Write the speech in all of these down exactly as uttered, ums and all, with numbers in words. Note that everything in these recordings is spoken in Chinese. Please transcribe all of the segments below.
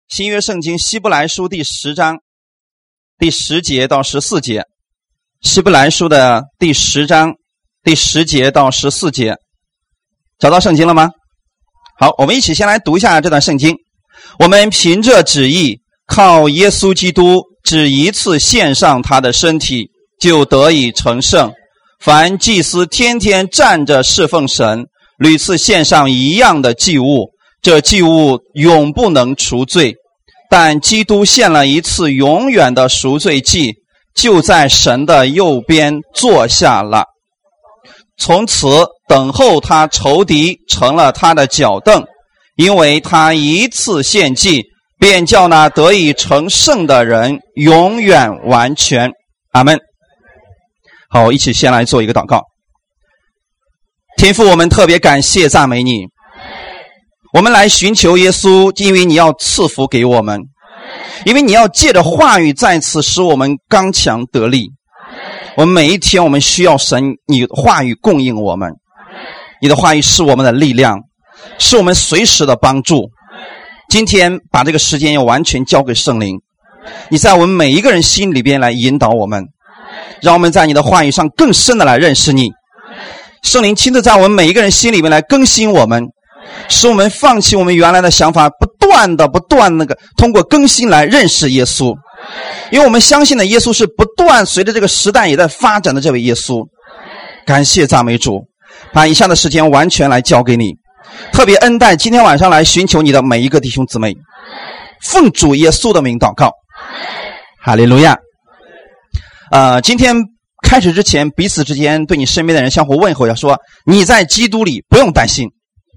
新约圣经希伯来书第十章第十节到十四节，希伯来书的第十章第十节到十四节，找到圣经了吗？好，我们一起先来读一下这段圣经。我们凭着旨意，靠耶稣基督只一次献上他的身体，就得以成圣。凡祭司天天站着侍奉神，屡次献上一样的祭物，这祭物永不能除罪。但基督献了一次永远的赎罪祭，就在神的右边坐下了。从此等候他仇敌成了他的脚凳，因为他一次献祭，便叫那得以成圣的人永远完全。阿们。好，一起先来做一个祷告。天父，我们特别感谢赞美你，我们来寻求耶稣，因为你要赐福给我们，因为你要借着话语再次使我们刚强得力。我们每一天我们需要神你的话语供应我们，你的话语是我们的力量，是我们随时的帮助。今天把这个时间要完全交给圣灵，你在我们每一个人心里边来引导我们，让我们在你的话语上更深的来认识你。圣灵亲自在我们每一个人心里面来更新我们，使我们放弃我们原来的想法，不断的不断那个通过更新来认识耶稣。因为我们相信的耶稣是不断随着这个时代也在发展的这位耶稣。感谢赞美主，把以下的时间完全来交给你，特别恩待今天晚上来寻求你的每一个弟兄姊妹，奉主耶稣的名祷告，哈利路亚。呃，今天开始之前，彼此之间对你身边的人相互问候，要说你在基督里不用担心。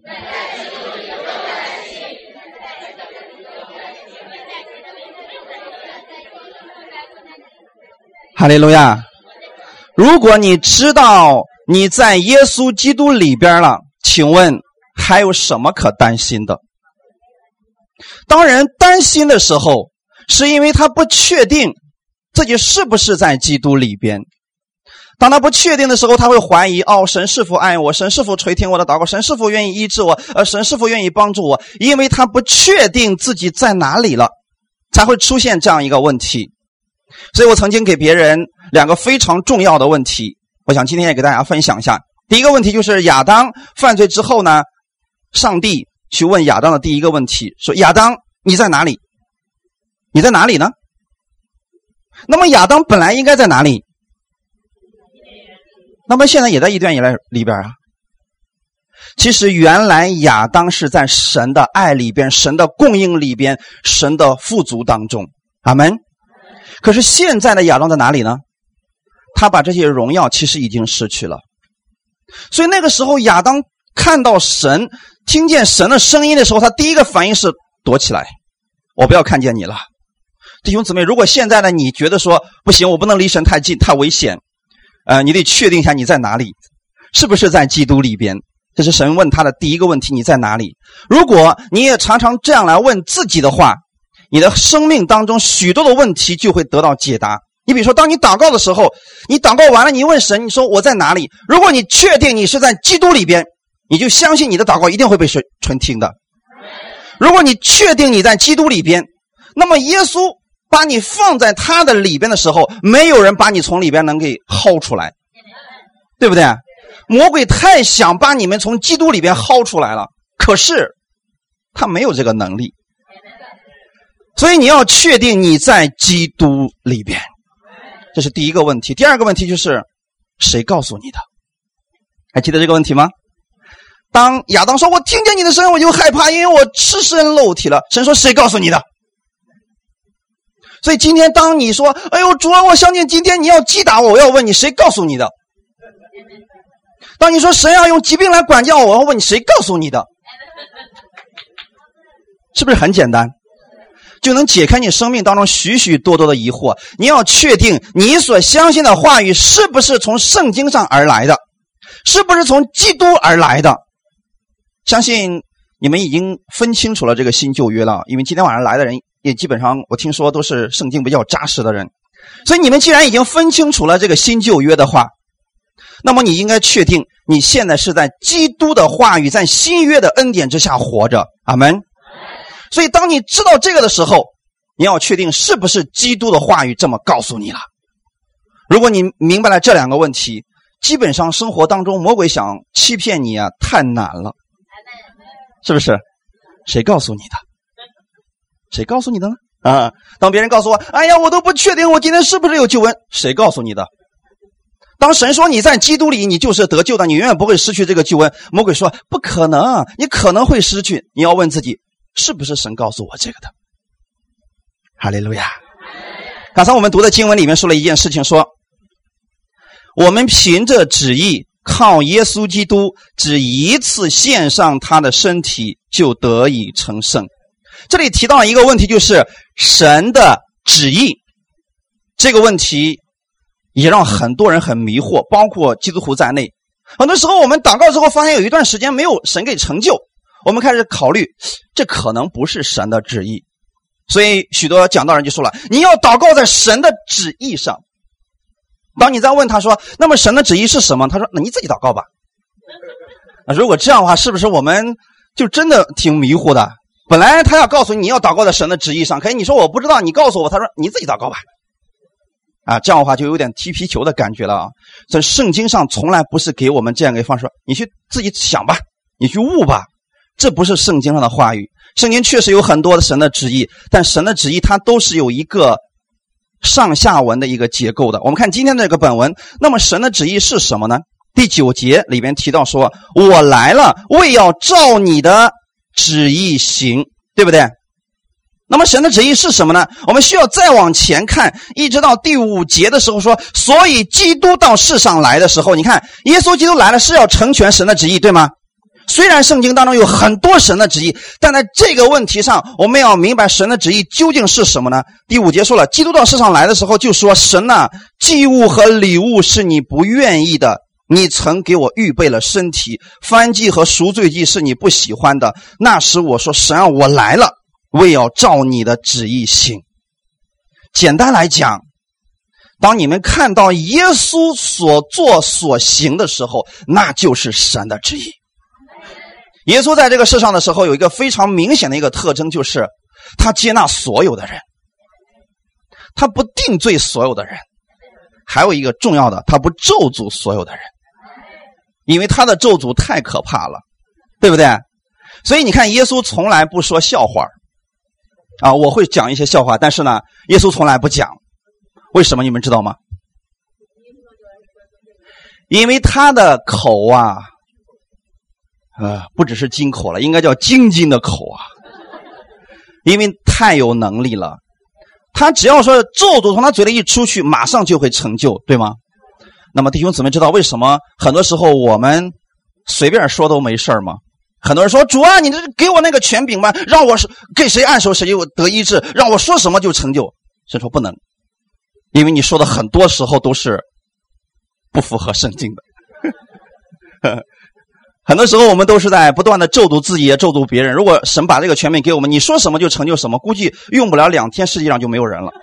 哈利路亚。如果你知道你在耶稣基督里边了，请问还有什么可担心的？当人担心的时候，是因为他不确定自己是不是在基督里边。当他不确定的时候，他会怀疑，哦，神是否爱我？神是否垂听我的祷告？神是否愿意医治我？呃，神是否愿意帮助我？因为他不确定自己在哪里了，才会出现这样一个问题。所以我曾经给别人两个非常重要的问题，我想今天也给大家分享一下。第一个问题就是亚当犯罪之后呢，上帝去问亚当的第一个问题，说亚当你在哪里？你在哪里呢？那么亚当本来应该在哪里？那么现在也在伊甸园里边啊。其实原来亚当是在神的爱里边，神的供应里边，神的富足当中。阿们。可是现在的亚当在哪里呢？他把这些荣耀其实已经失去了。所以那个时候亚当看到神，听见神的声音的时候，他第一个反应是躲起来，我不要看见你了。弟兄姊妹，如果现在呢你觉得说不行，我不能离神太近，太危险，呃，你得确定一下你在哪里，是不是在基督里边？这是神问他的第一个问题，你在哪里？如果你也常常这样来问自己的话，你的生命当中许多的问题就会得到解答。你比如说，当你祷告的时候，你祷告完了，你问神，你说我在哪里？如果你确定你是在基督里边，你就相信你的祷告一定会被神垂听的。如果你确定你在基督里边，那么耶稣把你放在他的里边的时候，没有人把你从里边能给薅出来，对不对？魔鬼太想把你们从基督里边薅出来了，可是他没有这个能力。所以你要确定你在基督里边，这是第一个问题。第二个问题就是谁告诉你的？还记得这个问题吗？当亚当说我听见你的声音我就害怕，因为我赤身露体了，神说谁告诉你的？所以今天当你说哎呦主啊，我相信今天你要击打我，我要问你谁告诉你的？当你说神要用疾病来管教我，我要问你谁告诉你的？是不是很简单？就能解开你生命当中许许多多的疑惑。你要确定你所相信的话语是不是从圣经上而来的，是不是从基督而来的。相信你们已经分清楚了这个新旧约了，因为今天晚上来的人也基本上我听说都是圣经比较扎实的人，所以你们既然已经分清楚了这个新旧约的话，那么你应该确定你现在是在基督的话语，在新约的恩典之下活着。阿们。 所以当你知道这个的时候，你要确定是不是基督的话语这么告诉你了。如果你明白了这两个问题，基本上生活当中魔鬼想欺骗你啊，太难了，是不是？谁告诉你的？谁告诉你的呢？啊，当别人告诉我，哎呀，我都不确定我今天是不是有救恩，谁告诉你的？当神说你在基督里，你就是得救的，你永远不会失去这个救恩。魔鬼说不可能，你可能会失去。你要问自己，是不是神告诉我这个的？哈利路亚！刚才我们读的经文里面说了一件事情，说我们凭着旨意靠耶稣基督只一次献上他的身体，就得以成圣。这里提到一个问题，就是神的旨意。这个问题也让很多人很迷惑，包括基督徒在内。很多时候我们祷告之后发现有一段时间没有神给成就，我们开始考虑这可能不是神的旨意。所以许多讲道人就说了，你要祷告在神的旨意上。当你再问他说那么神的旨意是什么，他说那你自己祷告吧。如果这样的话，是不是我们就真的挺迷糊的？本来他要告诉你你要祷告在神的旨意上，可是你说我不知道，你告诉我，他说你自己祷告吧。啊，这样的话就有点踢皮球的感觉了啊！所以圣经上从来不是给我们这样一个方式，你去自己想吧，你去悟吧，这不是圣经上的话语。圣经确实有很多的神的旨意，但神的旨意它都是有一个上下文的一个结构的。我们看今天的这个本文，那么神的旨意是什么呢？第九节里边提到说，我来了，为要照你的旨意行，对不对？那么神的旨意是什么呢？我们需要再往前看，一直到第五节的时候说，所以基督到世上来的时候，你看耶稣基督来了是要成全神的旨意，对吗？虽然圣经当中有很多神的旨意，但在这个问题上我们要明白神的旨意究竟是什么呢？第五节说了，基督到世上来的时候就说，神啊，祭物和礼物是你不愿意的，你曾给我预备了身体，燔祭和赎罪祭是你不喜欢的。那时我说，神啊，我来了，为要照你的旨意行。简单来讲，当你们看到耶稣所做所行的时候，那就是神的旨意。耶稣在这个世上的时候有一个非常明显的一个特征，就是他接纳所有的人，他不定罪所有的人，还有一个重要的，他不咒诅所有的人，因为他的咒诅太可怕了，对不对？所以你看耶稣从来不说笑话啊，我会讲一些笑话，但是呢耶稣从来不讲。为什么你们知道吗？因为他的口啊呃，不只是金口了，应该叫精金的口啊，因为太有能力了。他只要说咒诅从他嘴里一出去，马上就会成就，对吗？那么弟兄姊妹知道为什么很多时候我们随便说都没事吗？很多人说，主啊，你这给我那个权柄吧，让我给谁按手谁就得医治，让我说什么就成就。神说不能，因为你说的很多时候都是不符合圣经的。很多时候我们都是在不断的咒诅自己也咒诅别人。如果神把这个权柄给我们，你说什么就成就什么，估计用不了两天世界上就没有人了。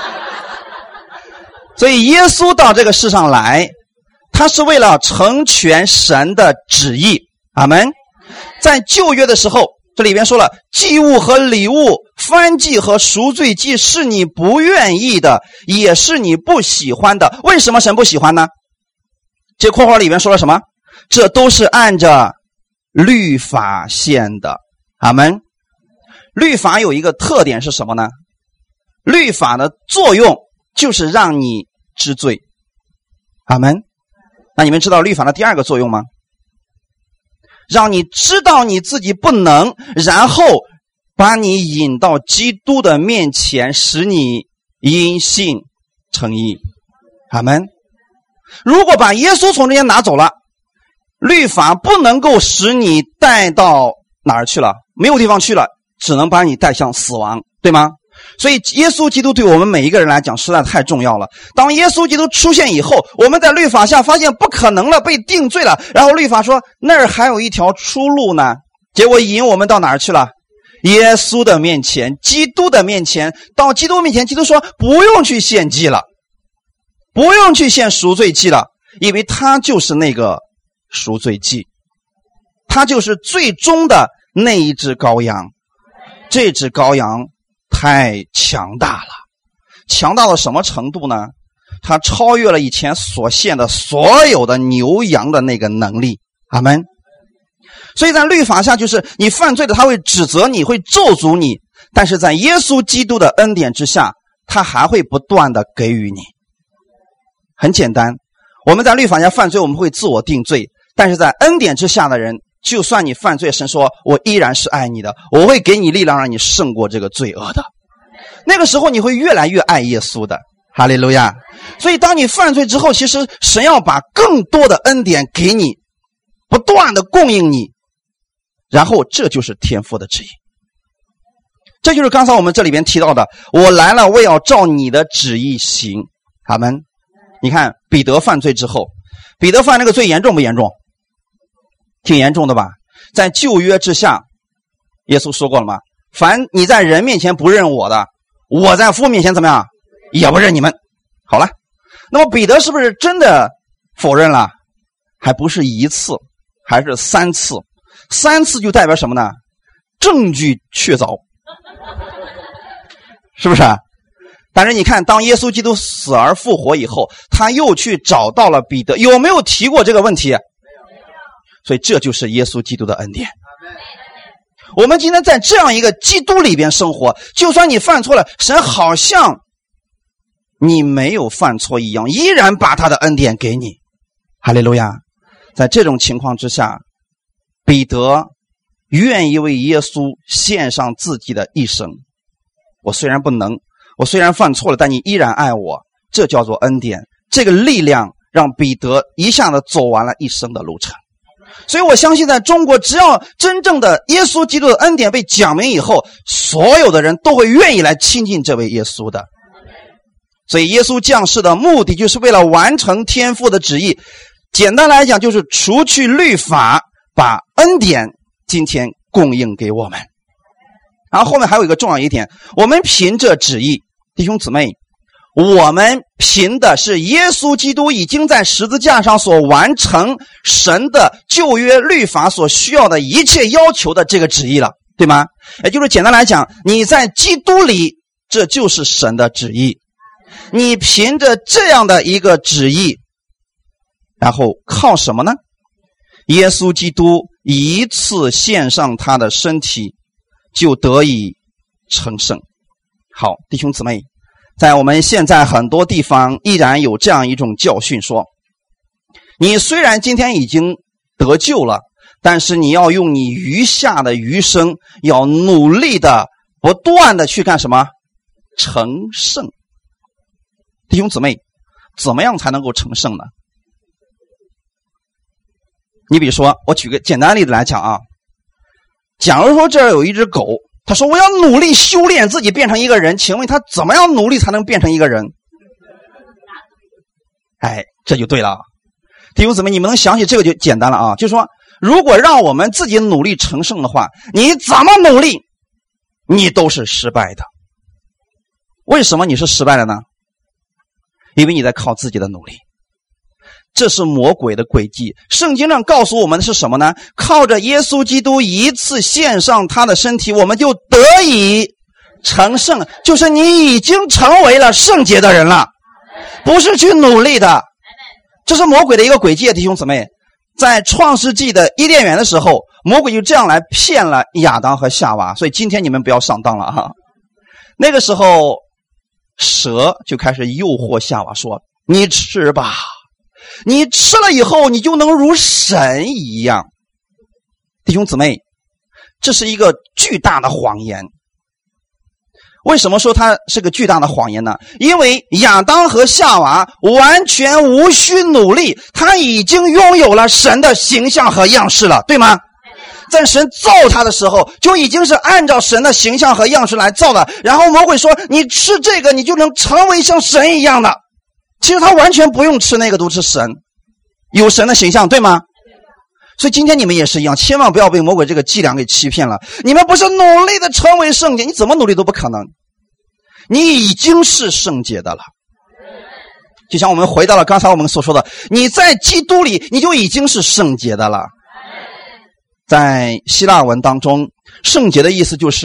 所以耶稣到这个世上来，他是为了成全神的旨意。阿们。在旧约的时候，这里边说了，祭物和礼物，燔祭和赎罪祭是你不愿意的，也是你不喜欢的。为什么神不喜欢呢？这括号里边说了什么？这都是按着律法献的。阿们。律法有一个特点是什么呢？律法的作用就是让你知罪。阿们。那你们知道律法的第二个作用吗？让你知道你自己不能，然后把你引到基督的面前，使你因信称义。阿们。如果把耶稣从这边拿走了，律法不能够使你带到哪儿去了？没有地方去了，只能把你带向死亡，对吗？所以耶稣基督对我们每一个人来讲实在太重要了。当耶稣基督出现以后，我们在律法下发现不可能了，被定罪了，然后律法说那儿还有一条出路呢，结果引我们到哪儿去了？耶稣的面前，基督的面前。到基督面前，基督说不用去献祭了，不用去献赎罪祭了，因为他就是那个赎罪祭，他就是最终的那一只羔羊。 这只羔羊太强大了，强大到什么程度呢？它超越了以前所献的所有的牛羊的那个能力。阿们。所以在律法下，就是你犯罪的他会指责你，会咒诅你，但是在耶稣基督的恩典之下，他还会不断的给予你。很简单，我们在律法下犯罪，我们会自我定罪，但是在恩典之下的人，就算你犯罪，神说我依然是爱你的，我会给你力量让你胜过这个罪恶的。那个时候你会越来越爱耶稣的。哈利路亚。所以当你犯罪之后，其实神要把更多的恩典给你，不断的供应你，然后这就是天父的旨意。这就是刚才我们这里边提到的，我来了，我要照你的旨意行。阿们。你看彼得犯罪之后，彼得犯那个罪严重不严重？挺严重的吧。在旧约之下，耶稣说过了吗？凡你在人面前不认我的，我在父面前怎么样也不认你们。好了，那么彼得是不是真的否认了？还不是一次，还是三次。三次就代表什么呢？证据确凿，是不是？但是你看，当耶稣基督死而复活以后，他又去找到了彼得，有没有提过这个问题？所以这就是耶稣基督的恩典。我们今天在这样一个基督里边生活，就算你犯错了，神好像你没有犯错一样，依然把他的恩典给你。哈利路亚。在这种情况之下，彼得愿意为耶稣献上自己的一生。我虽然不能，我虽然犯错了，但你依然爱我，这叫做恩典。这个力量让彼得一下子走完了一生的路程。所以我相信在中国，只要真正的耶稣基督的恩典被讲明以后，所有的人都会愿意来亲近这位耶稣的。所以耶稣降世的目的就是为了完成天父的旨意，简单来讲就是除去律法，把恩典今天供应给我们。然后后面还有一个重要一点，我们凭着旨意，弟兄姊妹，我们凭的是耶稣基督已经在十字架上所完成神的旧约律法所需要的一切要求的这个旨意了，对吗？也就是简单来讲，你在基督里，这就是神的旨意。你凭着这样的一个旨意，然后靠什么呢？耶稣基督一次献上他的身体，就得以成圣。好，弟兄姊妹，在我们现在很多地方依然有这样一种教训，说你虽然今天已经得救了，但是你要用你余下的余生，要努力的不断的去干什么？成圣。弟兄姊妹，怎么样才能够成圣呢？你比如说，我举个简单的例子来讲啊，假如说这儿有一只狗，他说我要努力修炼自己变成一个人，请问他怎么样努力才能变成一个人？哎，这就对了。弟兄姊妹，你们能想起这个就简单了啊。就是说，如果让我们自己努力成圣的话，你怎么努力你都是失败的。为什么你是失败的呢？因为你在靠自己的努力，这是魔鬼的诡计。圣经上告诉我们的是什么呢？靠着耶稣基督一次献上他的身体，我们就得以成圣，就是你已经成为了圣洁的人了，不是去努力的。这是魔鬼的一个诡计，弟兄姊妹。在创世纪的伊甸园的时候，魔鬼就这样来骗了亚当和夏娃，所以今天你们不要上当了啊。那个时候蛇就开始诱惑夏娃说，你吃吧，你吃了以后你就能如神一样。弟兄姊妹，这是一个巨大的谎言。为什么说它是个巨大的谎言呢？因为亚当和夏娃完全无需努力，他已经拥有了神的形象和样式了，对吗？在神造他的时候就已经是按照神的形象和样式来造的，然后魔鬼说你吃这个你就能成为像神一样的。其实他完全不用吃那个都是神，有神的形象，对吗？所以今天你们也是一样，千万不要被魔鬼这个伎俩给欺骗了。你们不是努力的成为圣洁，你怎么努力都不可能，你已经是圣洁的了。就像我们回到了刚才我们所说的，你在基督里你就已经是圣洁的了。在希腊文当中，圣洁的意思就是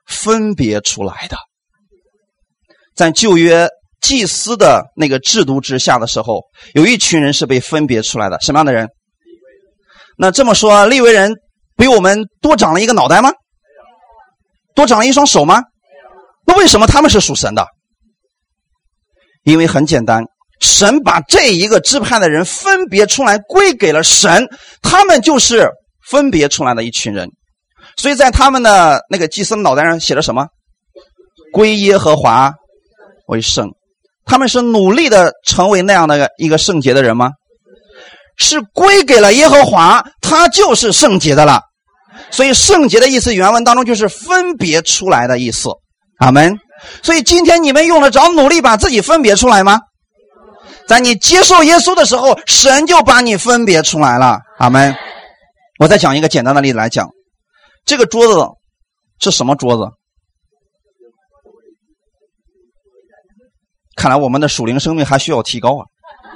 分别出来的。在旧约祭司的那个制度之下的时候，有一群人是被分别出来的。什么样的人？那这么说，利未人比我们多长了一个脑袋吗？多长了一双手吗？那为什么他们是属神的？因为很简单，神把这一个支派的人分别出来归给了神，他们就是分别出来的一群人。所以在他们的那个祭司的脑袋上写了什么？归耶和华为圣。他们是努力的成为那样的一个圣洁的人吗？是归给了耶和华，他就是圣洁的了。所以圣洁的意思原文当中就是分别出来的意思。阿们。所以今天你们用得着努力把自己分别出来吗？在你接受耶稣的时候，神就把你分别出来了。阿们。我再讲一个简单的例子来讲，这个桌子是什么桌子？看来我们的属灵生命还需要提高啊。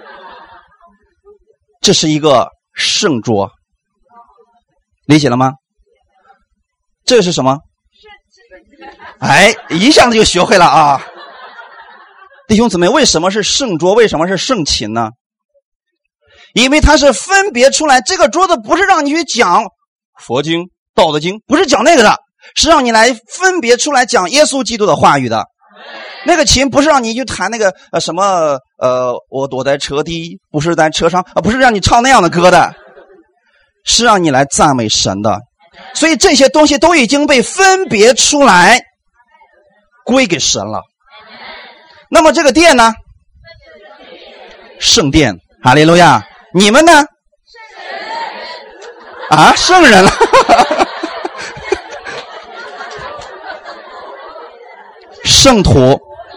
这是一个圣桌，理解了吗？这个是什么？哎，一下子就学会了啊！弟兄姊妹，为什么是圣桌？为什么是圣琴呢？因为它是分别出来，这个桌子不是让你去讲佛经、道德经，不是讲那个的，是让你来分别出来讲耶稣基督的话语的。那个琴不是让你去弹那个呃什么呃我躲在车底，不是在车上啊，不是让你唱那样的歌的，是让你来赞美神的。所以这些东西都已经被分别出来归给神了。那么这个殿呢？圣殿，哈利路亚。你们呢？啊，圣人了。圣徒。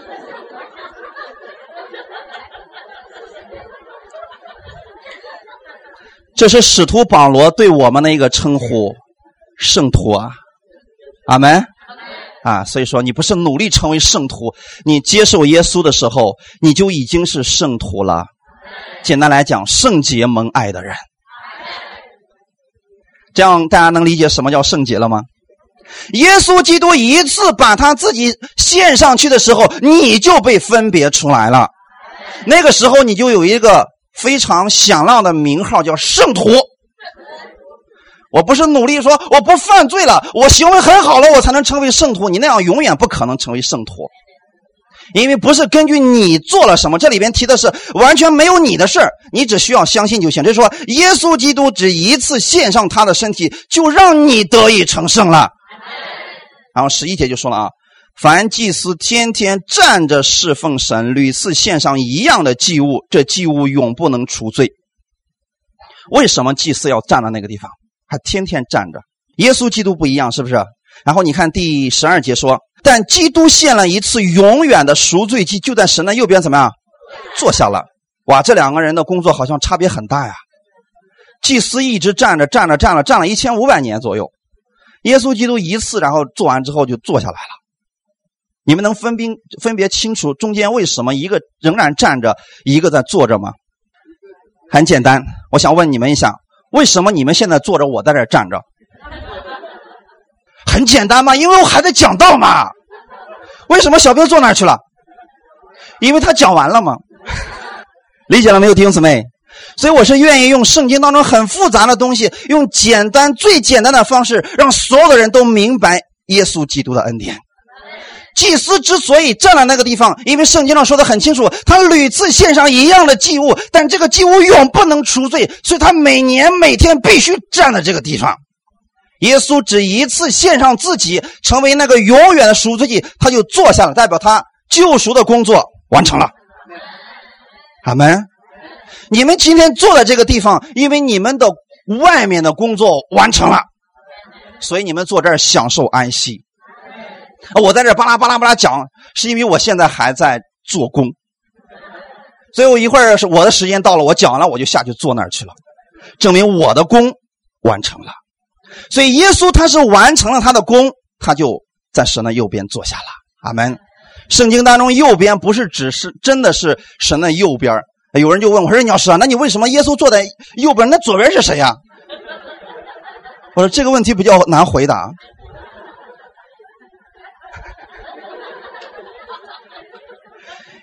这是使徒保罗对我们的一个称呼，圣徒啊，阿们啊，所以说你不是努力成为圣徒，你接受耶稣的时候，你就已经是圣徒了。简单来讲，圣洁蒙爱的人。这样大家能理解什么叫圣洁了吗？耶稣基督一次把他自己献上去的时候，你就被分别出来了。那个时候你就有一个非常响亮的名号，叫圣徒。我不是努力说我不犯罪了，我行为很好了，我才能成为圣徒。你那样永远不可能成为圣徒，因为不是根据你做了什么，这里边提的是完全没有你的事儿，你只需要相信就行。就是说耶稣基督只一次献上他的身体，就让你得以成圣了。然后十一节就说了啊，凡祭司天天站着侍奉神，屡次献上一样的祭物，这祭物永不能除罪。为什么祭司要站在那个地方？还天天站着。耶稣基督不一样，是不是？然后你看第十二节说，但基督献了一次永远的赎罪祭，就在神的右边怎么样？坐下了。哇，这两个人的工作好像差别很大呀。祭司一直站着站着站了站了一千五百年左右，耶稣基督一次然后做完之后就坐下来了。你们能分辨分别清楚中间为什么一个仍然站着，一个在坐着吗？很简单，我想问你们一下，为什么你们现在坐着，我在这站着？很简单嘛，因为我还在讲道嘛。为什么小兵坐那儿去了？因为他讲完了嘛。理解了没有，弟兄姊妹？所以我是愿意用圣经当中很复杂的东西，用简单最简单的方式，让所有的人都明白耶稣基督的恩典。祭司之所以站在那个地方，因为圣经上说得很清楚，他屡次献上一样的祭物，但这个祭物永不能除罪，所以他每年每天必须站在这个地方。耶稣只一次献上自己，成为那个永远的赎罪祭，他就坐下了，代表他救赎的工作完成了。阿们。你们今天坐在这个地方，因为你们的外面的工作完成了，所以你们坐这儿享受安息。我在这巴拉巴拉巴拉讲，是因为我现在还在做工，所以我一会儿是我的时间到了，我讲完了我就下去坐那儿去了，证明我的工完成了。所以耶稣他是完成了他的工，他就在神的右边坐下了。阿们。圣经当中右边不是只是真的是神的右边，有人就问我说，任教师啊，那你为什么耶稣坐在右边，那左边是谁呀？我说这个问题比较难回答。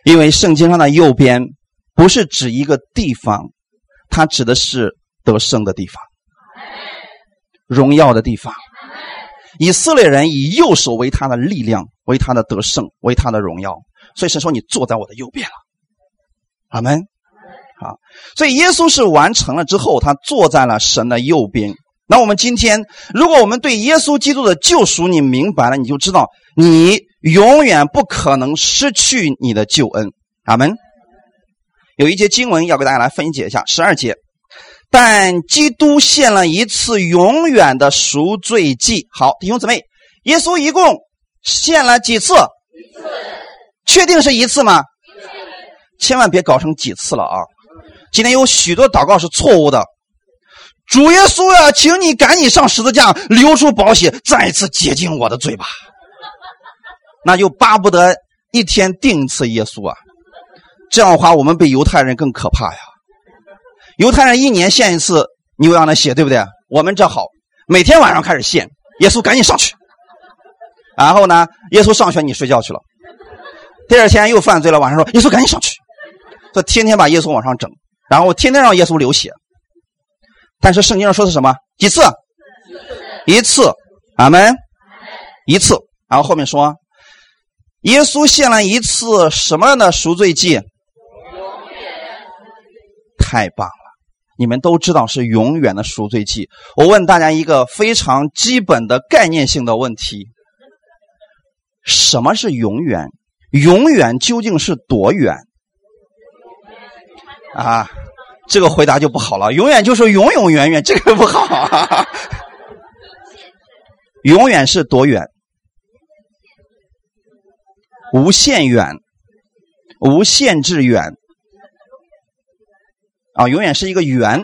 因为圣经上的右边不是指一个地方，它指的是得胜的地方，荣耀的地方。以色列人以右手为他的力量，为他的得胜，为他的荣耀，所以神说你坐在我的右边了。阿们。好，所以耶稣是完成了之后，他坐在了神的右边。那我们今天如果我们对耶稣基督的救赎你明白了，你就知道你永远不可能失去你的救恩。阿们。有一节经文要给大家来分解一下，十二节，但基督献了一次永远的赎罪祭。好，弟兄姊妹，耶稣一共献了几次？一次。确定是一次吗？千万别搞成几次了啊！今天有许多祷告是错误的。主耶稣啊，请你赶紧上十字架，流出宝血，再一次洁净我的罪吧。那就巴不得一天定一次耶稣啊！这样的话，我们比犹太人更可怕呀。犹太人一年献一次牛羊的血，对不对？我们这好，每天晚上开始献，耶稣赶紧上去。然后呢，耶稣上去你睡觉去了。第二天又犯罪了，晚上说耶稣赶紧上去。这天天把耶稣往上整，然后天天让耶稣流血。但是圣经上说的是什么？几次？一次。阿们。一次。然后后面说耶稣献了一次什么样的赎罪祭？太棒了，你们都知道是永远的赎罪祭。我问大家一个非常基本的概念性的问题，什么是永远？永远究竟是多远啊？这个回答就不好了。永远就是永永远远，这个不好啊。永远是多远？无限远，无限制远啊，永远是一个圆。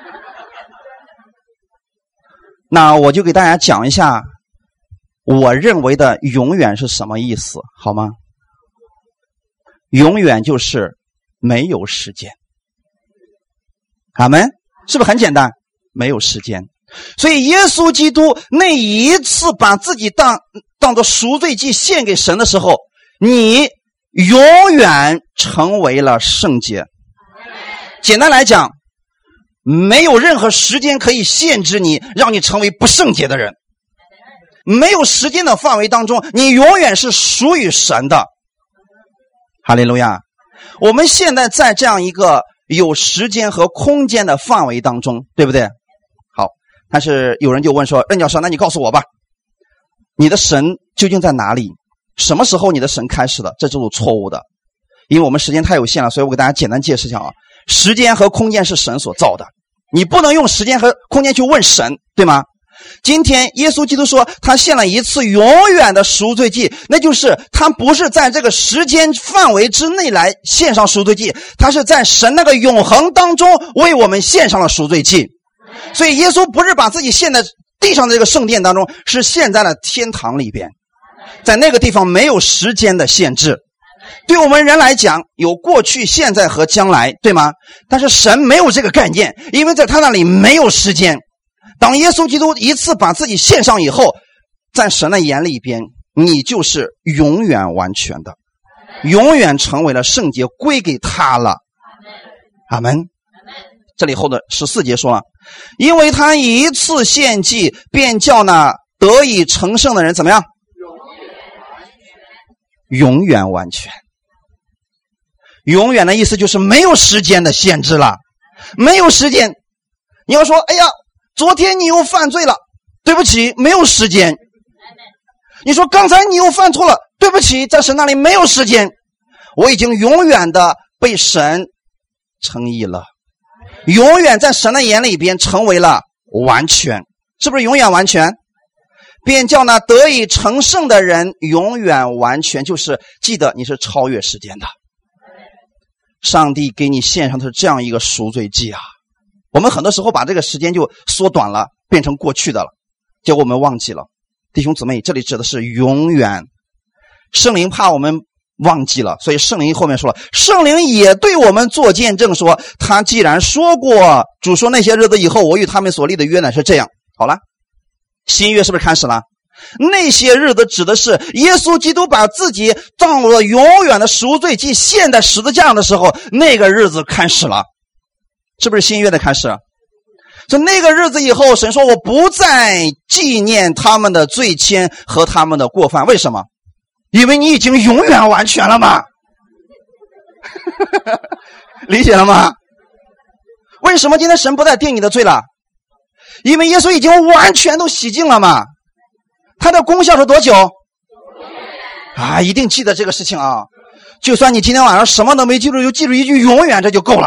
那我就给大家讲一下我认为的永远是什么意思，好吗？永远就是没有时间。阿们，是不是很简单？没有时间。所以耶稣基督那一次把自己当当作赎罪祭献给神的时候，你永远成为了圣洁。简单来讲，没有任何时间可以限制你，让你成为不圣洁的人。没有时间的范围当中，你永远是属于神的。哈利路亚！我们现在在这样一个有时间和空间的范围当中，对不对？好，但是有人就问说，任教授，那你告诉我吧，你的神究竟在哪里？什么时候你的神开始的？这就是错误的。因为我们时间太有限了，所以我给大家简单解释一下啊。时间和空间是神所造的，你不能用时间和空间去问神，对吗？今天耶稣基督说他献了一次永远的赎罪祭，那就是他不是在这个时间范围之内来献上赎罪祭，他是在神那个永恒当中为我们献上了赎罪祭。所以耶稣不是把自己献在地上的这个圣殿当中，是献在了天堂里边，在那个地方没有时间的限制。对我们人来讲，有过去、现在和将来，对吗？但是神没有这个概念，因为在他那里没有时间。当耶稣基督一次把自己献上以后，在神的眼里边，你就是永远完全的，永远成为了圣洁，归给他了。阿们。这里后的十四节说了，因为他一次献祭，便叫那得以成圣的人怎么样？永远完全。永远的意思就是没有时间的限制了，没有时间。你要说，哎呀，昨天你又犯罪了，对不起，没有时间。你说刚才你又犯错了，对不起，在神那里没有时间。我已经永远的被神称义了，永远在神的眼里边成为了完全，是不是永远完全？便叫那得以成圣的人永远完全，就是记得你是超越时间的。上帝给你献上的是这样一个赎罪祭啊！我们很多时候把这个时间就缩短了，变成过去的了，结果我们忘记了。弟兄姊妹，这里指的是永远。圣灵怕我们忘记了，所以圣灵后面说了，圣灵也对我们做见证说，他既然说过，主说那些日子以后，我与他们所立的约乃是这样。好了，新约是不是开始了？ 那些日子指的是耶稣基督把自己当了永远的赎罪祭献在十字架上的时候，那个日子开始了，是不是新约的开始？所以那个日子以后，神说我不再纪念他们的罪愆和他们的过犯。为什么？因为你已经永远完全了嘛。理解了吗？为什么今天神不再定你的罪了？因为耶稣已经完全都洗净了嘛。他的功效是多久？啊，一定记得这个事情啊！就算你今天晚上什么都没记住，就记住一句永远，这就够了。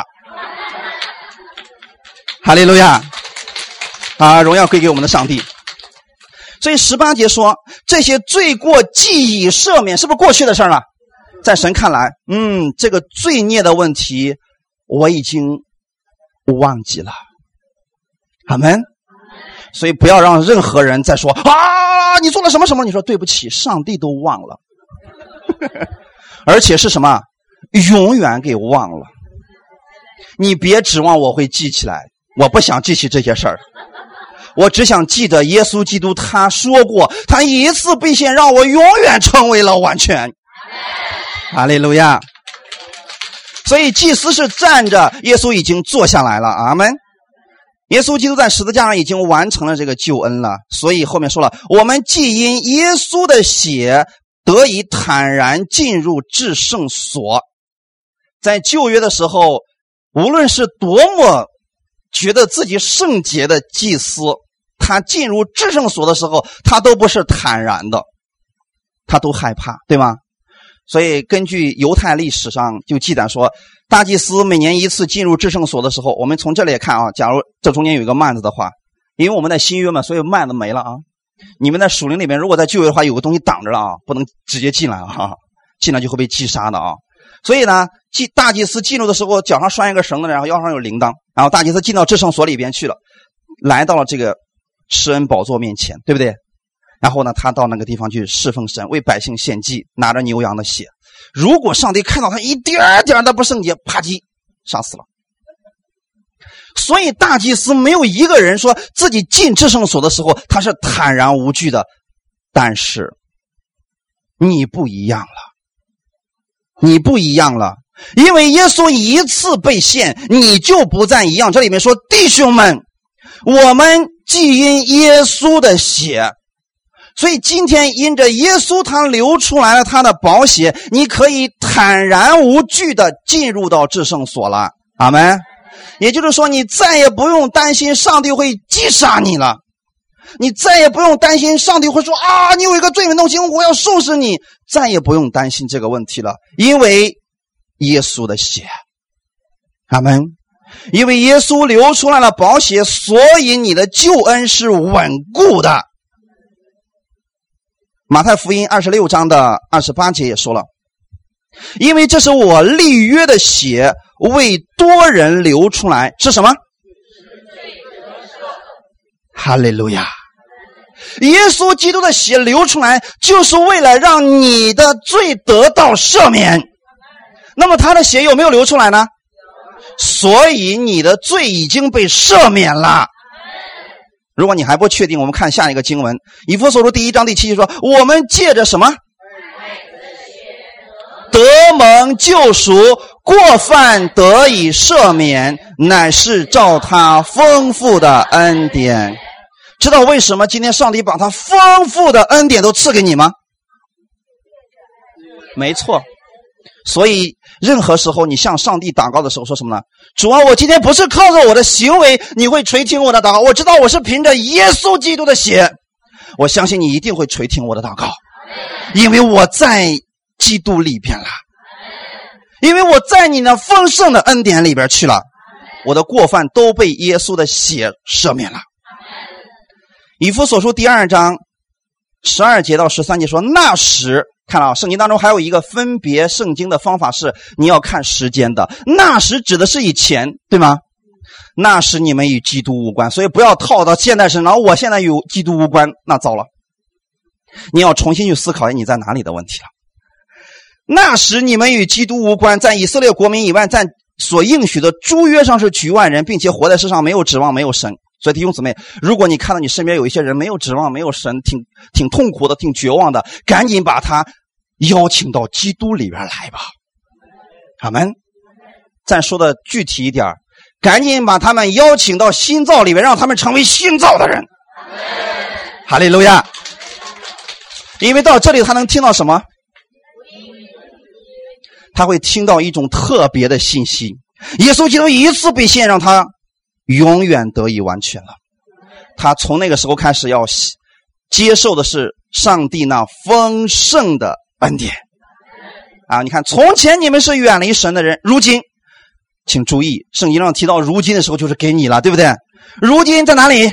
哈利路亚！啊，荣耀归给我们的上帝。所以十八节说，这些罪过既已赦免，是不是过去的事了？在神看来，嗯，这个罪孽的问题我已经忘记了。阿们。所以不要让任何人再说啊，你做了什么什么，你说对不起，上帝都忘了。而且是什么？永远给忘了。你别指望我会记起来，我不想记起这些事儿。我只想记得耶稣基督他说过，他一次必献让我永远成为了完全。哈利路亚。所以祭司是站着，耶稣已经坐下来了。阿们。耶稣基督在十字架上已经完成了这个救恩了，所以后面说了，我们既因耶稣的血得以坦然进入至圣所。在旧约的时候，无论是多么觉得自己圣洁的祭司，他进入至圣所的时候，他都不是坦然的，他都害怕，对吗？所以根据犹太历史上就记载说，大祭司每年一次进入至圣所的时候，我们从这里也看啊，假如这中间有一个幔子的话，因为我们在新约嘛，所以幔子没了啊。你们在属灵里面如果在旧约的话，有个东西挡着了啊，不能直接进来啊，进来就会被击杀的啊。所以呢，大祭司进入的时候脚上拴一个绳子，然后腰上有铃铛，然后大祭司进到至圣所里边去了，来到了这个施恩宝座面前，对不对？然后呢，他到那个地方去侍奉神，为百姓献祭，拿着牛羊的血。如果上帝看到他一点点的不圣洁，啪叽杀死了。所以大祭司没有一个人说自己进至圣所的时候他是坦然无惧的。但是你不一样了，你不一样了，因为耶稣一次被献，你就不再一样。这里面说，弟兄们，我们既因耶稣的血，所以今天因着耶稣他流出来了他的宝血，你可以坦然无惧的进入到至圣所了。阿们。也就是说，你再也不用担心上帝会击杀你了，你再也不用担心上帝会说啊，你有一个罪人动心，我要收拾你，再也不用担心这个问题了，因为耶稣的血。阿们。因为耶稣流出来了宝血，所以你的救恩是稳固的。马太福音二十六章的二十八节也说了，因为这是我立约的血，为多人流出来，是什么？哈利路亚！耶稣基督的血流出来，就是为了让你的罪得到赦免。那么他的血有没有流出来呢？所以你的罪已经被赦免了。如果你还不确定，我们看下一个经文，以弗所书第一章第七节说，我们借着什么？得蒙救赎，过犯得以赦免，乃是照他丰富的恩典。知道为什么今天上帝把他丰富的恩典都赐给你吗？没错。所以任何时候你向上帝祷告的时候说什么呢？主啊，我今天不是靠着我的行为你会垂听我的祷告，我知道我是凭着耶稣基督的血，我相信你一定会垂听我的祷告，因为我在基督里边了，因为我在你那丰盛的恩典里边去了，我的过犯都被耶稣的血赦免了。以弗所书第二章十二节到十三节说，那时看了、啊、圣经当中还有一个分别圣经的方法是你要看时间的，那时指的是以前，对吗？那时你们与基督无关，所以不要套到现代身上，我现在与基督无关，那糟了，你要重新去思考你在哪里的问题了。那时你们与基督无关，在以色列国民以外，在所应许的诸约上是局外人，并且活在世上没有指望，没有神。 所以弟兄姊妹，如果你看到你身边有一些人没有指望，没有神，挺挺痛苦的，挺绝望的，赶紧把他邀请到基督里边来吧。阿们。再说的具体一点，赶紧把他们邀请到新造里边，让他们成为新造的人。哈利路亚。因为到这里他能听到什么？他会听到一种特别的信息，耶稣基督一次被献，让他永远得以完全了。他从那个时候开始要接受的是上帝那丰盛的恩典啊！你看，从前你们是远离神的人，如今请注意，圣经上提到如今的时候就是给你了，对不对？如今在哪里？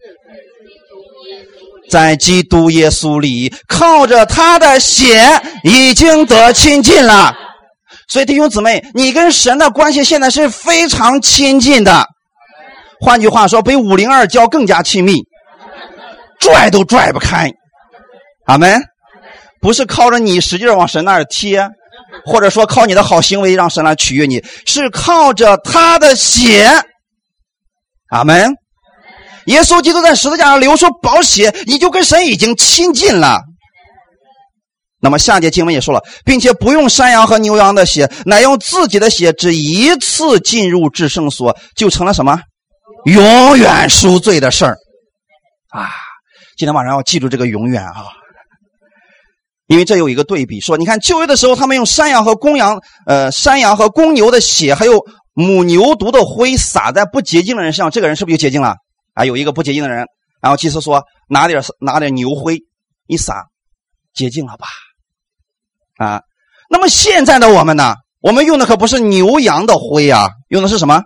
在基督耶稣里，靠着他的血已经得亲近了。所以弟兄姊妹，你跟神的关系现在是非常亲近的，换句话说，比五零二交更加亲密，拽都拽不开。阿们。不是靠着你使劲往神那儿贴，或者说靠你的好行为让神来取悦你，是靠着他的血。阿们。耶稣基督在十字架上流出宝血，你就跟神已经亲近了。那么下节经文也说了，并且不用山羊和牛羊的血，乃用自己的血，只一次进入至圣所，就成了什么？永远赎罪的事儿啊！今天晚上要记住这个永远啊，因为这有一个对比，说你看旧约的时候，他们用山羊和公羊，呃，山羊和公牛的血，还有母牛犊的灰撒在不洁净的人身上，这个人是不是就洁净了？啊，有一个不洁净的人，然后祭司说拿点拿点牛灰一撒，洁净了吧？啊，那么现在的我们呢？我们用的可不是牛羊的灰啊，用的是什么？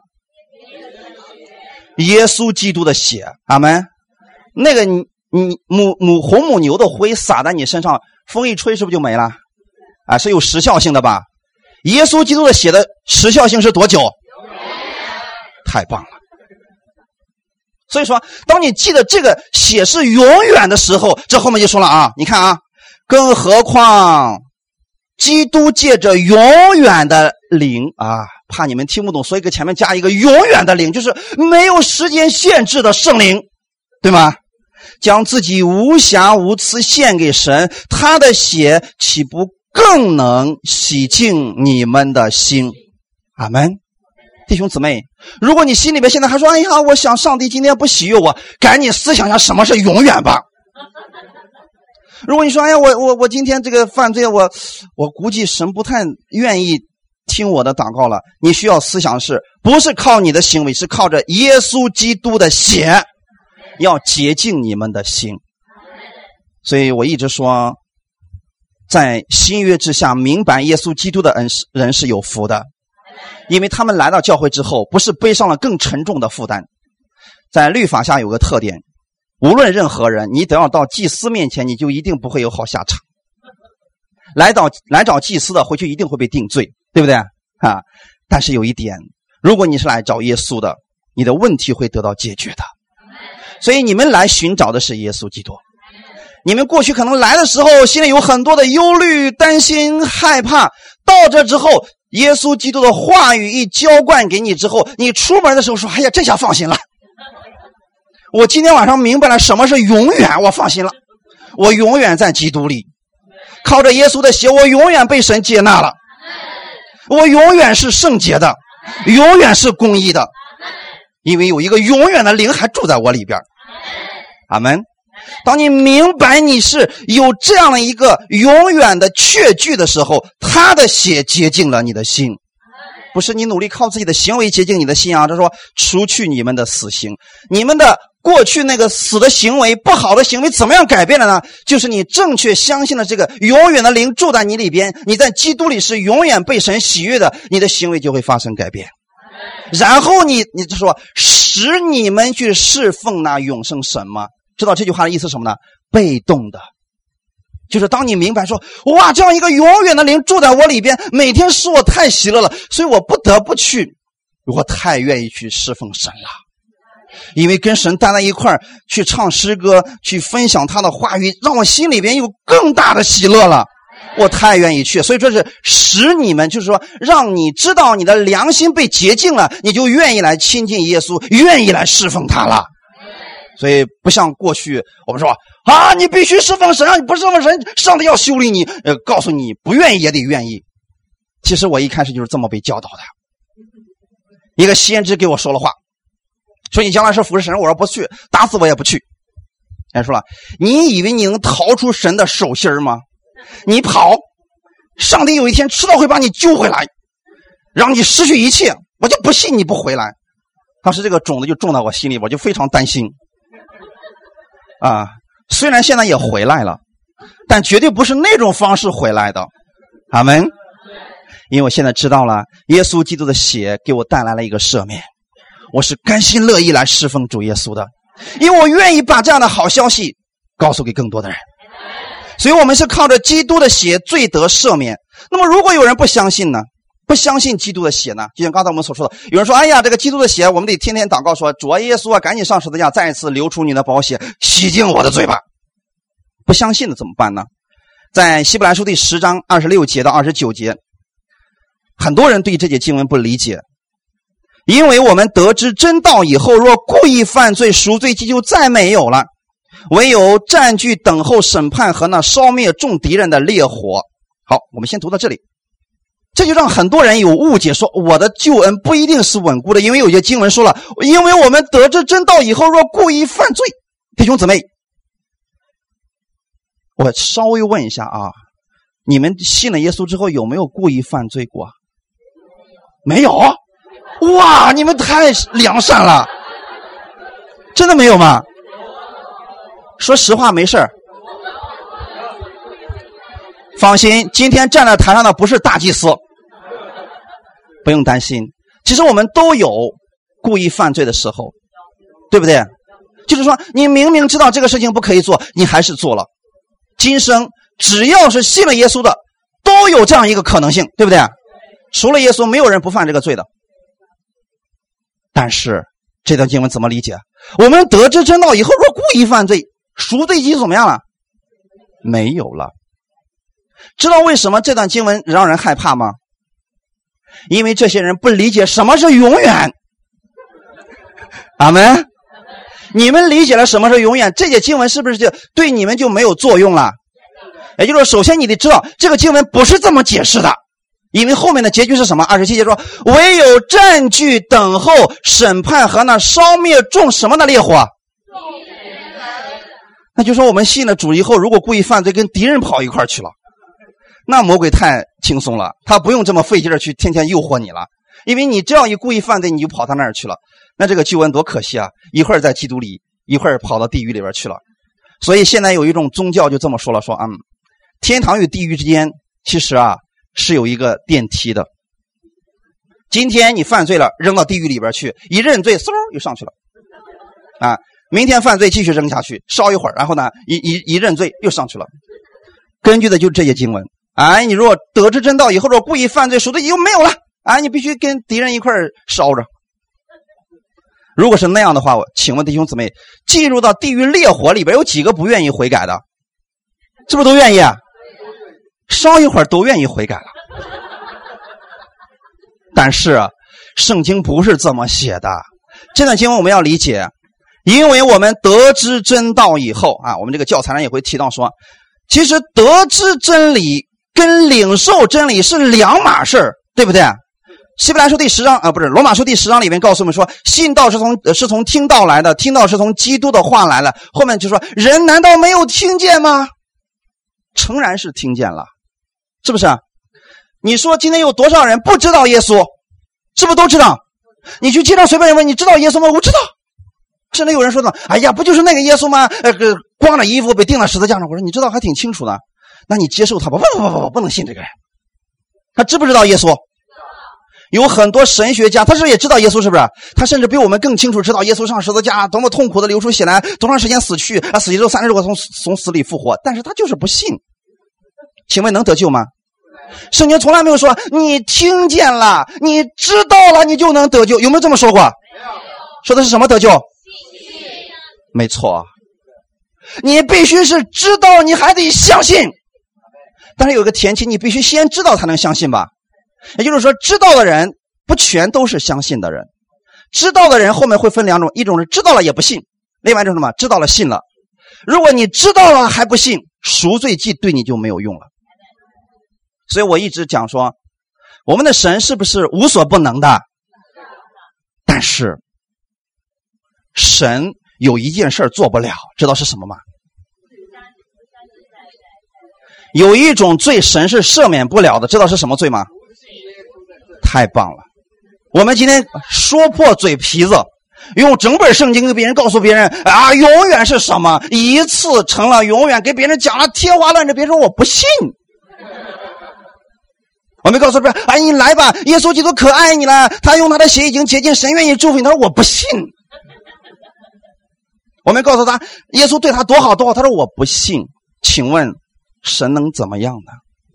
耶稣基督的血。阿们。那个你你母母红母牛的灰撒在你身上，风一吹是不是就没了？啊，是有时效性的吧？耶稣基督的血的时效性是多久？太棒了。所以说，当你记得这个血是永远的时候，这后面就说了啊，你看啊，更何况基督借着永远的灵啊，怕你们听不懂，所以给前面加一个永远的灵，就是没有时间限制的圣灵，对吗？将自己无瑕无疵献给神，他的血岂不更能洗净你们的心？阿们。弟兄姊妹，如果你心里面现在还说，哎呀，我想上帝今天不喜悦我，赶紧思想一下什么是永远吧。如果你说，哎呀，我我我今天这个犯罪，我我估计神不太愿意听我的祷告了，你需要思想是不是靠你的行为，是靠着耶稣基督的血，要洁净你们的心。所以我一直说，在新约之下明白耶稣基督的恩人是有福的，因为他们来到教会之后，不是背上了更沉重的负担。在律法下有个特点，无论任何人，你等要到祭司面前，你就一定不会有好下场。来到来找祭司的，回去一定会被定罪，对不对啊？但是有一点，如果你是来找耶稣的，你的问题会得到解决的。所以你们来寻找的是耶稣基督。你们过去可能来的时候，心里有很多的忧虑、担心、害怕，到这之后，耶稣基督的话语一浇灌给你之后，你出门的时候说，哎呀，这下放心了。我今天晚上明白了什么是永远，我放心了。我永远在基督里，靠着耶稣的血，我永远被神接纳了。我永远是圣洁的，永远是公义的，因为有一个永远的灵还住在我里边。阿们。当你明白你是有这样的一个永远的确据的时候，他的血洁净了你的心，不是你努力靠自己的行为洁净你的心啊。他说除去你们的死行，你们的过去那个死的行为、不好的行为怎么样改变了呢？就是你正确相信了这个永远的灵住在你里边，你在基督里是永远被神喜悦的，你的行为就会发生改变。然后你你就说使你们去侍奉那永生神吗？知道这句话的意思是什么呢？被动的，就是当你明白说，哇，这样一个永远的灵住在我里边，每天使我太喜乐了，所以我不得不去，我太愿意去侍奉神了。因为跟神待在一块儿，去唱诗歌，去分享他的话语，让我心里边有更大的喜乐了，我太愿意去。所以这是使你们，就是说让你知道你的良心被洁净了，你就愿意来亲近耶稣，愿意来侍奉他了。 所以不像过去我们说啊，你必须侍奉神啊，你不侍奉神，上帝要修理你，呃，告诉你不愿意也得愿意。其实我一开始就是这么被教导的。一个先知给我说了话，说你将来是服侍神，我说不去，打死我也不去。人说了，你以为你能逃出神的手心吗？你跑，上帝有一天迟早会把你救回来，让你失去一切，我就不信你不回来。当时这个种子就种到我心里，我就非常担心啊。虽然现在也回来了，但绝对不是那种方式回来的。阿们。因为我现在知道了耶稣基督的血给我带来了一个赦免，我是甘心乐意来侍奉主耶稣的，因为我愿意把这样的好消息告诉给更多的人。所以我们是靠着基督的血罪得赦免。那么如果有人不相信呢？不相信基督的血呢？就像刚才我们所说的，有人说哎呀，这个基督的血我们得天天祷告说，主啊耶稣啊，赶紧上十字架，再一次流出你的宝血，洗净我的罪吧。不相信的怎么办呢？在希伯来书第十章二十六节到二十九节，很多人对这节经文不理解。因为我们得知真道以后，若故意犯罪，赎罪祭就再没有了，唯有占据等候审判和那烧灭众敌人的烈火。好，我们先读到这里。这就让很多人有误解，说我的救恩不一定是稳固的，因为有些经文说了，因为我们得知真道以后，若故意犯罪。弟兄姊妹，我稍微问一下啊，你们信了耶稣之后有没有故意犯罪过？没有？哇，你们太良善了，真的没有吗？说实话，没事儿。放心，今天站在台上的不是大祭司，不用担心。其实我们都有故意犯罪的时候，对不对？就是说你明明知道这个事情不可以做，你还是做了。今生只要是信了耶稣的都有这样一个可能性，对不对？除了耶稣没有人不犯这个罪的。但是这段经文怎么理解？我们得知真道以后，若故意犯罪，赎罪祭怎么样了？没有了。知道为什么这段经文让人害怕吗？因为这些人不理解什么是永远。阿们。你们理解了什么是永远，这节经文是不是就对你们就没有作用了？也就是说，首先你得知道这个经文不是这么解释的，因为后面的结局是什么？二十七节说，唯有占据等候审判和那烧灭众什么的烈火。那就说我们信了主以后，如果故意犯罪跟敌人跑一块去了，那魔鬼太轻松了，他不用这么费劲儿去天天诱惑你了，因为你只要一故意犯罪，你就跑到那儿去了，那这个救恩多可惜啊！一会儿在基督里，一会儿跑到地狱里边去了。所以现在有一种宗教就这么说了，说嗯，天堂与地狱之间其实啊是有一个电梯的。今天你犯罪了，扔到地狱里边去，一认罪，嗖又上去了啊！明天犯罪继续扔下去，烧一会儿，然后呢一一一认罪又上去了。根据的就是这些经文。哎，你如果得知真道以后，如果故意犯罪，赎罪又没有了，哎，你必须跟敌人一块烧着。如果是那样的话，请问弟兄姊妹，进入到地狱烈火里边，有几个不愿意悔改的？是不是都愿意啊？烧一会儿都愿意悔改了。但是圣经不是这么写的，这段经文我们要理解，因为我们得知真道以后啊，我们这个教材上也会提到说，其实得知真理跟领受真理是两码事，对不对？希伯来书第十章啊，不是罗马书第十章里面告诉我们说，信道是从是从听道来的，听道是从基督的话来了。后面就说，人难道没有听见吗？诚然是听见了，是不是？你说今天有多少人不知道耶稣？是不是都知道？你去街上随便人问，你知道耶稣吗？我知道。甚至有人说呢，哎呀，不就是那个耶稣吗？呃，光着衣服被钉在十字架上。我说你知道还挺清楚的，那你接受他吧。不不不不，不能信这个人。他知不知道耶稣？有很多神学家，他是不是也知道耶稣？是不是？他甚至比我们更清楚知道耶稣上十字架多么痛苦的流出血来，多长时间死去啊，死去之后三十多从从死里复活，但是他就是不信。请问能得救吗？圣经从来没有说你听见了，你知道了你就能得救，有没有这么说过？说的是什么得救？没错，你必须是知道，你还得相信。但是有个前提，你必须先知道才能相信吧。也就是说，知道的人不全都是相信的人。知道的人后面会分两种，一种是知道了也不信， 另外就是什么？知道了信了。如果你知道了还不信，赎罪祭对你就没有用了。所以我一直讲说，我们的神是不是无所不能的？但是神有一件事做不了，知道是什么吗？有一种罪神是赦免不了的，知道是什么罪吗？太棒了，我们今天说破嘴皮子，用整本圣经给别人告诉别人啊，永远是什么，一次成了永远，给别人讲了天花乱坠，别人说我不信。我们告诉别人，哎，你来吧，耶稣基督可爱你了，他用他的血已经洁净，神愿意祝福你。他说我不信。我们告诉他，耶稣对他多好多好，他说我不信。请问神能怎么样呢？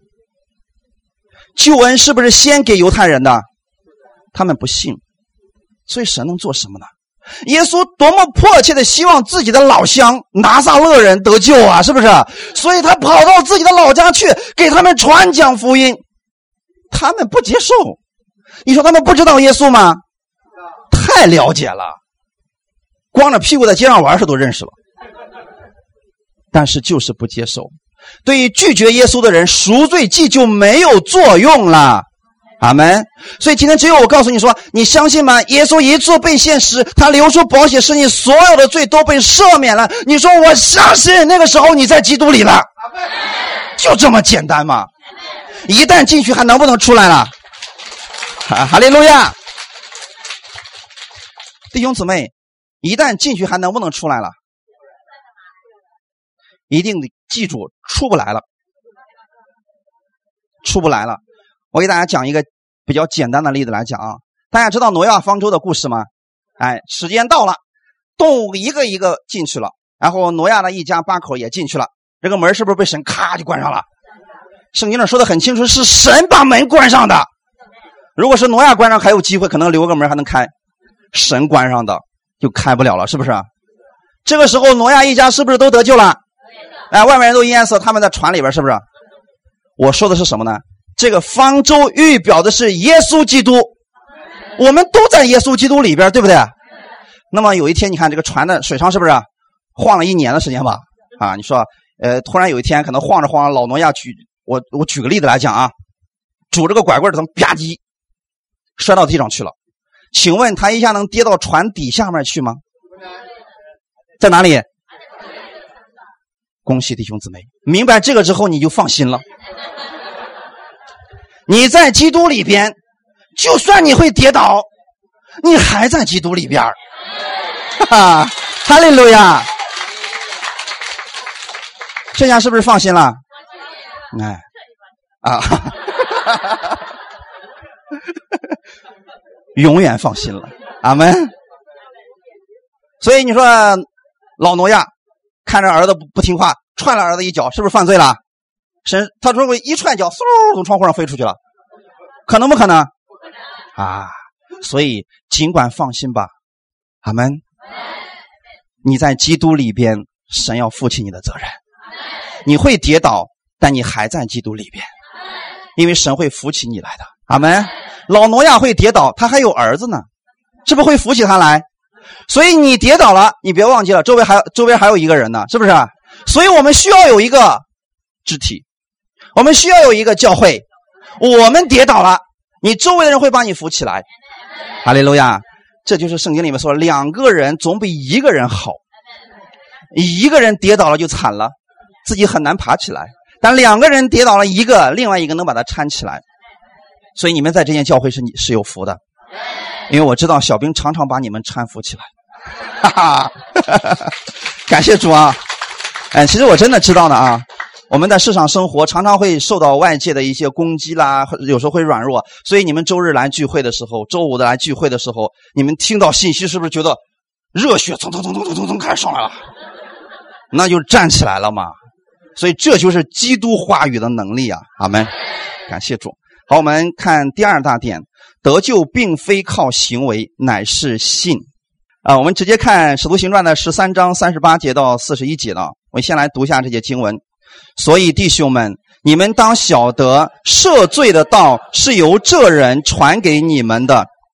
救恩是不是先给犹太人的？他们不信，所以神能做什么呢？耶稣多么迫切的希望自己的老乡拿撒勒人得救啊，是不是？所以他跑到自己的老家去给他们传讲福音，他们不接受。你说他们不知道耶稣吗？太了解了，光着屁股在街上玩是都认识了，但是就是不接受。对于拒绝耶稣的人，赎罪祭就没有作用了。阿们。所以今天只有我告诉你说，你相信吗？耶稣一次被献时，他流出宝血，使你所有的罪都被赦免了。你说我相信，那个时候你在基督里了，就这么简单嘛。一旦进去还能不能出来了？哈哈利路亚！弟兄姊妹，一旦进去还能不能出来了？一定得记住，出不来了，出不来了。我给大家讲一个比较简单的例子来讲啊，大家知道挪亚方舟的故事吗？哎，时间到了，动物一个一个进去了，然后挪亚的一家八口也进去了，这个门是不是被神咔就关上了？圣经上说的很清楚，是神把门关上的。如果是挪亚关上还有机会，可能留个门还能开，神关上的就开不了了，是不是？这个时候挪亚一家是不是都得救了？哎，外面人都淹死，他们在船里边，是不是？我说的是什么呢？这个方舟预表的是耶稣基督，我们都在耶稣基督里边，对不对？那么有一天，你看这个船的水上是不是晃了一年的时间吧？啊，你说，呃，突然有一天可能晃着晃着，老挪亚举我我举个例子来讲啊，拄着个拐棍，怎么吧唧摔到地上去了？请问他一下能跌到船底下面去吗？在哪里？恭喜弟兄姊妹，明白这个之后你就放心了。你在基督里边，就算你会跌倒，你还在基督里边。哈哈，哈利路亚！这下是不是放心了？哎，啊，永远放心了，阿们。所以你说老挪亚看着儿子不不听话，踹了儿子一脚，是不是犯罪了？神他说我一踹脚，嗖从窗户上飞出去了，可能不可能？啊，所以尽管放心吧，阿们。你在基督里边，神要负起你的责任。你会跌倒，但你还在基督里边，因为神会扶起你来的。阿们。老挪亚会跌倒，他还有儿子呢，是不是会扶起他来？所以你跌倒了，你别忘记了，周围还周围还有一个人呢，是不是？所以我们需要有一个肢体，我们需要有一个教会。我们跌倒了，你周围的人会把你扶起来。哈利路亚！这就是圣经里面说，两个人总比一个人好。一个人跌倒了就惨了，自己很难爬起来，但两个人跌倒了，一个另外一个能把他搀起来。所以你们在这间教会是你是有福的，因为我知道小兵常常把你们搀扶起来。哈哈，感谢主啊！哎，其实我真的知道的啊，我们在世上生活常常会受到外界的一些攻击啦，有时候会软弱，所以你们周日来聚会的时候，周五的来聚会的时候，你们听到信息是不是觉得热血蹭蹭蹭蹭蹭蹭蹭开始上来了？那就站起来了嘛。所以这就是基督话语的能力啊！阿们，感谢主。好，我们看第二大点，得救并非靠行为，乃是信。啊，我们直接看使徒行传的十三章三十八节到四十一节呢。我先来读一下这节经文。所以弟兄们，你们当晓得，赦罪的道是由这人传给你们的，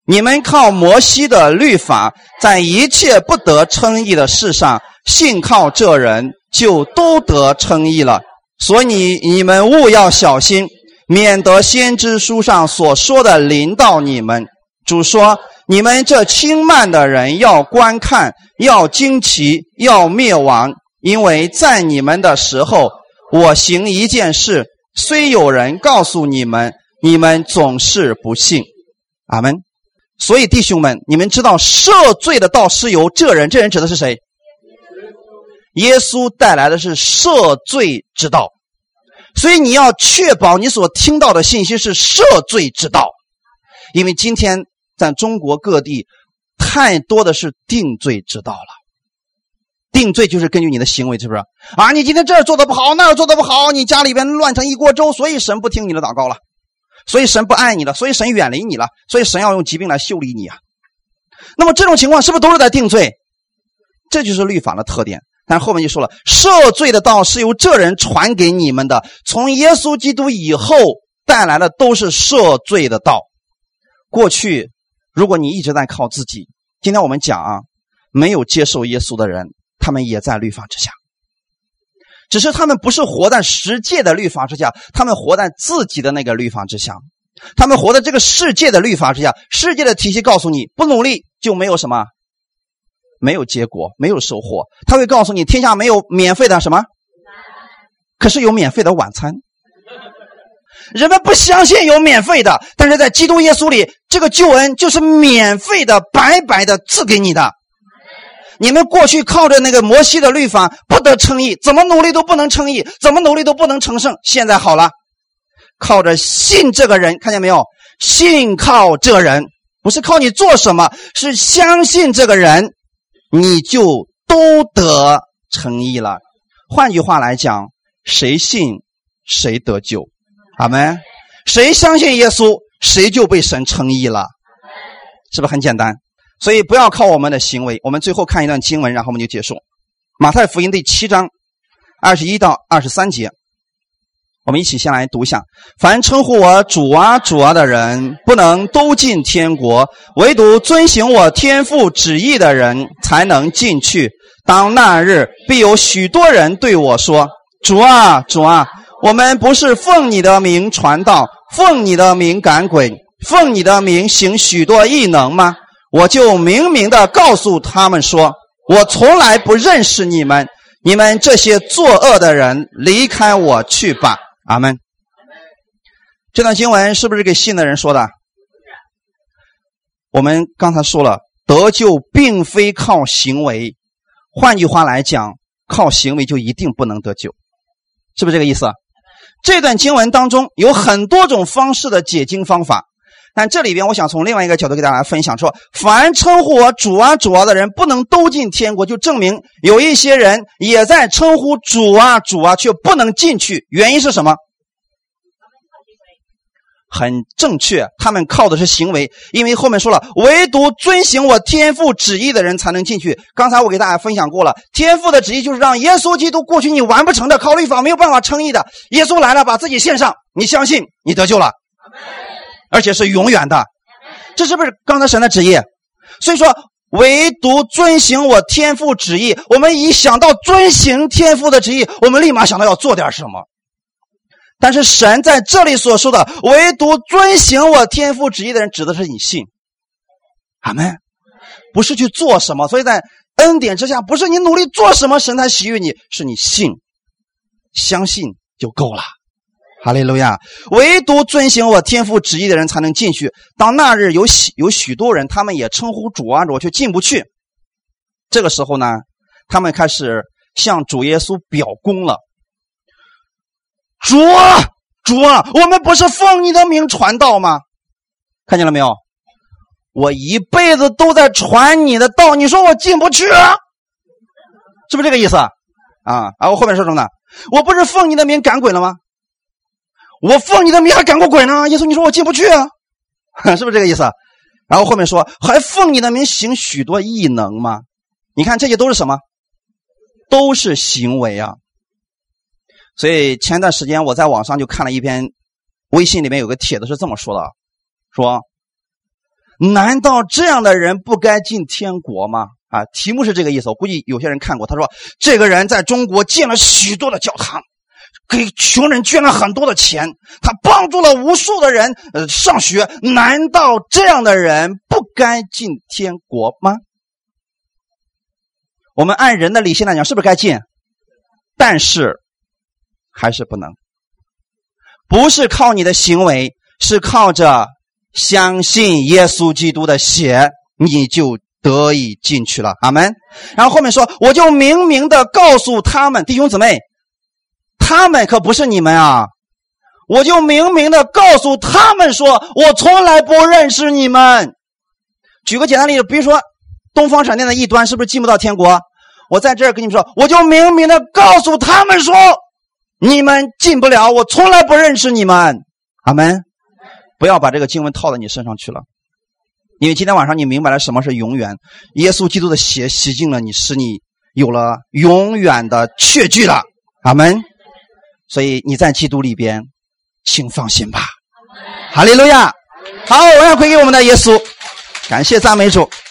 你们靠摩西的律法，在一切不得称义的事上，信靠这人就都得称义了。所以你们务要小心，免得先知书上所说的临到你们。主说，你们这轻慢的人要观看，要惊奇，要灭亡，因为在你们的时候，我行一件事，虽有人告诉你们，你们总是不信。阿们。所以弟兄们，你们知道赦罪的道是由这人，这人指的是谁？耶稣带来的是赦罪之道。所以你要确保你所听到的信息是赦罪之道。因为今天在中国各地太多的是定罪之道了。定罪就是根据你的行为，是不是啊？你今天这儿做的不好，那儿做的不好，你家里边乱成一锅粥，所以神不听你的祷告了，所以神不爱你了，所以神远离你了，所以神要用疾病来修理你啊。那么这种情况是不是都是在定罪？这就是律法的特点。但后面就说了，赦罪的道是由这人传给你们的，从耶稣基督以后带来的都是赦罪的道。过去如果你一直在靠自己，今天我们讲啊，没有接受耶稣的人，他们也在律法之下，只是他们不是活在十诫的律法之下，他们活在自己的那个律法之下，他们活在这个世界的律法之下。世界的体系告诉你，不努力就没有什么，没有结果，没有收获。他会告诉你，天下没有免费的什么，可是有免费的晚餐。人们不相信有免费的，但是在基督耶稣里，这个救恩就是免费的，白白的赐给你的。你们过去靠着那个摩西的律法不得称义，怎么努力都不能称义，怎么努力都不能成圣。现在好了，靠着信这个人，看见没有？信靠这人，不是靠你做什么，是相信这个人，你就都得称义了。换句话来讲，谁信谁得救。阿们。谁相信耶稣，谁就被神称义了，是不是很简单？所以不要靠我们的行为。我们最后看一段经文，然后我们就结束。马太福音第七章二十一到二十三节，我们一起先来读一下。凡称呼我主啊主啊的人，不能都进天国，唯独遵行我天父旨意的人才能进去。当那日，必有许多人对我说，主啊主啊，我们不是奉你的名传道，奉你的名赶鬼，奉你的名行许多异能吗？我就明明的告诉他们说，我从来不认识你们，你们这些作恶的人，离开我去吧。阿们。这段经文是不是给信的人说的？我们刚才说了，得救并非靠行为，换句话来讲，靠行为就一定不能得救，是不是这个意思？这段经文当中有很多种方式的解经方法，但这里边我想从另外一个角度给大家分享，说凡称呼我主啊主啊的人不能都进天国，就证明有一些人也在称呼主啊主啊却不能进去。原因是什么？很正确，他们靠的是行为，因为后面说了，唯独遵行我天父旨意的人才能进去。刚才我给大家分享过了，天父的旨意就是让耶稣基督，过去你完不成的，靠律法没有办法称义的，耶稣来了，把自己献上，你相信你得救了，而且是永远的。这是不是刚才神的旨意？所以说唯独遵行我天父旨意，我们一想到遵行天父的旨意，我们立马想到要做点什么。但是神在这里所说的唯独遵行我天父旨意的人，指的是你信。阿们。不是去做什么，所以在恩典之下，不是你努力做什么神才喜悦你，是你信，相信就够了。哈利路亚。唯独遵行我天父旨意的人才能进去。当那日有有许多人，他们也称呼主啊主，却进不去。这个时候呢，他们开始向主耶稣表功了。主啊主啊，我们不是奉你的名传道吗？看见了没有？我一辈子都在传你的道，你说我进不去啊？是不是这个意思啊？啊，然后后面说什么呢？我不是奉你的名赶鬼了吗？我奉你的名还赶过鬼呢，耶稣你说我进不去啊？是不是这个意思？然后后面说还奉你的名行许多异能吗？你看这些都是什么？都是行为啊。所以前段时间我在网上就看了一篇，微信里面有个帖子是这么说的，说难道这样的人不该进天国吗？啊，题目是这个意思，我估计有些人看过。他说这个人在中国建了许多的教堂，给穷人捐了很多的钱，他帮助了无数的人呃上学，难道这样的人不该进天国吗？我们按人的理性来讲，是不是该进？但是还是不能，不是靠你的行为，是靠着相信耶稣基督的血，你就得以进去了。阿们。然后后面说，我就明明的告诉他们，弟兄姊妹，他们可不是你们啊，我就明明的告诉他们说，我从来不认识你们。举个简单例子，比如说东方闪电的异端是不是进不到天国？我在这儿跟你们说，我就明明的告诉他们说，你们进不了，我从来不认识你们。阿们。不要把这个经文套到你身上去了，因为今天晚上你明白了什么是永远，耶稣基督的血洗净了你，使你有了永远的确据了。阿们。所以你在基督里边请放心吧。哈利路亚。好，我要归给我们的耶稣，感谢赞美主。